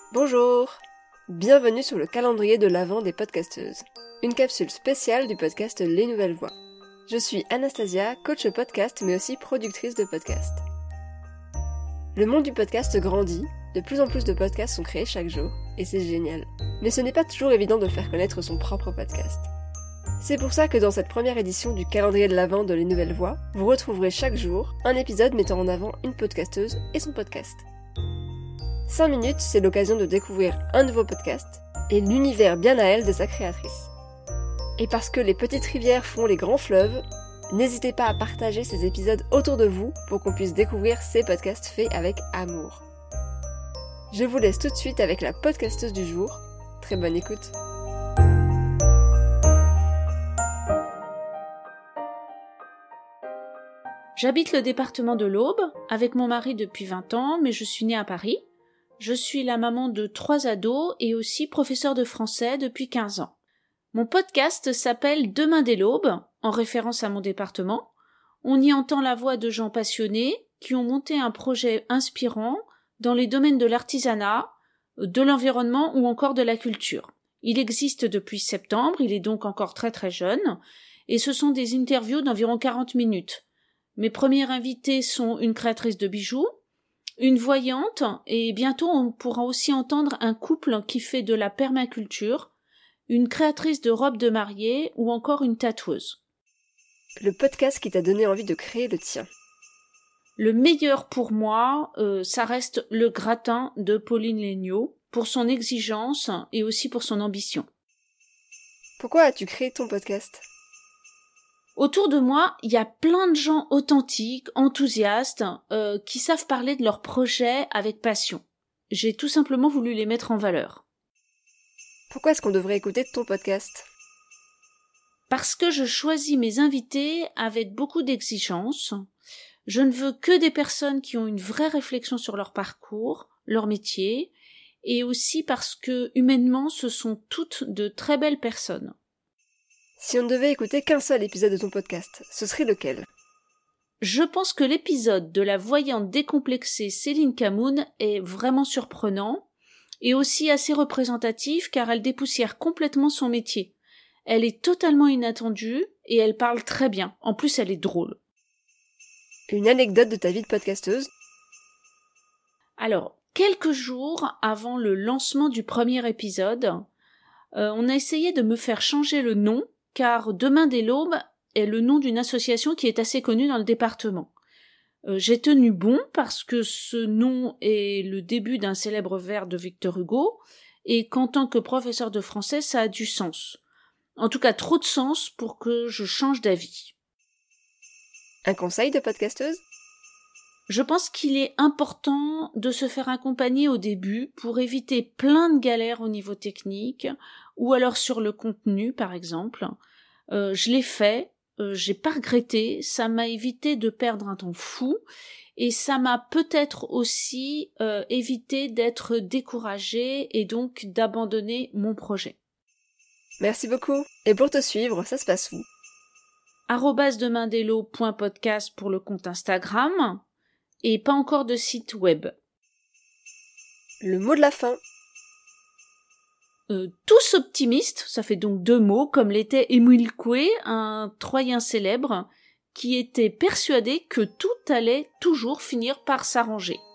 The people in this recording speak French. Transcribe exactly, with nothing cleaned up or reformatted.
Bonjour! Bienvenue sur le calendrier de l'Avent des podcasteuses, une capsule spéciale du podcast Les Nouvelles Voix. Je suis Anastasia, coach podcast mais aussi productrice de podcast. Le monde du podcast grandit, de plus en plus de podcasts sont créés chaque jour, et c'est génial. Mais ce n'est pas toujours évident de faire connaître son propre podcast. C'est pour ça que dans cette première édition du calendrier de l'Avent de Les Nouvelles Voix, vous retrouverez chaque jour un épisode mettant en avant une podcasteuse et son podcast. cinq minutes, c'est l'occasion de découvrir un nouveau podcast et l'univers bien à elle de sa créatrice. Et parce que les petites rivières font les grands fleuves, n'hésitez pas à partager ces épisodes autour de vous pour qu'on puisse découvrir ces podcasts faits avec amour. Je vous laisse tout de suite avec la podcasteuse du jour. Très bonne écoute. J'habite le département de l'Aube avec mon mari depuis vingt ans, mais je suis née à Paris. Je suis la maman de trois ados et aussi professeure de français depuis quinze ans. Mon podcast s'appelle Demain dès l'aube, en référence à mon département. On y entend la voix de gens passionnés qui ont monté un projet inspirant dans les domaines de l'artisanat, de l'environnement ou encore de la culture. Il existe depuis septembre, il est donc encore très très jeune, et ce sont des interviews d'environ quarante minutes. Mes premiers invités sont une créatrice de bijoux, une voyante, et bientôt on pourra aussi entendre un couple qui fait de la permaculture, une créatrice de robes de mariée ou encore une tatoueuse. Le podcast qui t'a donné envie de créer le tien. Le meilleur pour moi, euh, ça reste Le Gratin de Pauline Léniaud, pour son exigence et aussi pour son ambition. Pourquoi as-tu créé ton podcast ? Autour de moi, il y a plein de gens authentiques, enthousiastes, euh, qui savent parler de leurs projets avec passion. J'ai tout simplement voulu les mettre en valeur. Pourquoi est-ce qu'on devrait écouter ton podcast ? Parce que je choisis mes invités avec beaucoup d'exigence. Je ne veux que des personnes qui ont une vraie réflexion sur leur parcours, leur métier, et aussi parce que, humainement, ce sont toutes de très belles personnes. Si on ne devait écouter qu'un seul épisode de ton podcast, ce serait lequel ? Je pense que l'épisode de la voyante décomplexée Céline Camoun est vraiment surprenant et aussi assez représentatif car elle dépoussière complètement son métier. Elle est totalement inattendue et elle parle très bien. En plus, elle est drôle. Une anecdote de ta vie de podcasteuse ? Alors, quelques jours avant le lancement du premier épisode, euh, on a essayé de me faire changer le nom car Demain dès l'aube est le nom d'une association qui est assez connue dans le département. Euh, j'ai tenu bon parce que ce nom est le début d'un célèbre vers de Victor Hugo et qu'en tant que professeur de français, ça a du sens. En tout cas, trop de sens pour que je change d'avis. Un conseil de podcasteuse ? Je pense qu'il est important de se faire accompagner au début pour éviter plein de galères au niveau technique ou alors sur le contenu, par exemple. Euh, je l'ai fait, euh, j'ai pas regretté, ça m'a évité de perdre un temps fou et ça m'a peut-être aussi euh, évité d'être découragée et donc d'abandonner mon projet. Merci beaucoup. Et pour te suivre, ça se passe où ? arobase demaindelaube point podcast pour le compte Instagram et pas encore de site web. Le mot de la fin. Euh, tous optimistes, ça fait donc deux mots, comme l'était Émile Coué, un Troyen célèbre, qui était persuadé que tout allait toujours finir par s'arranger.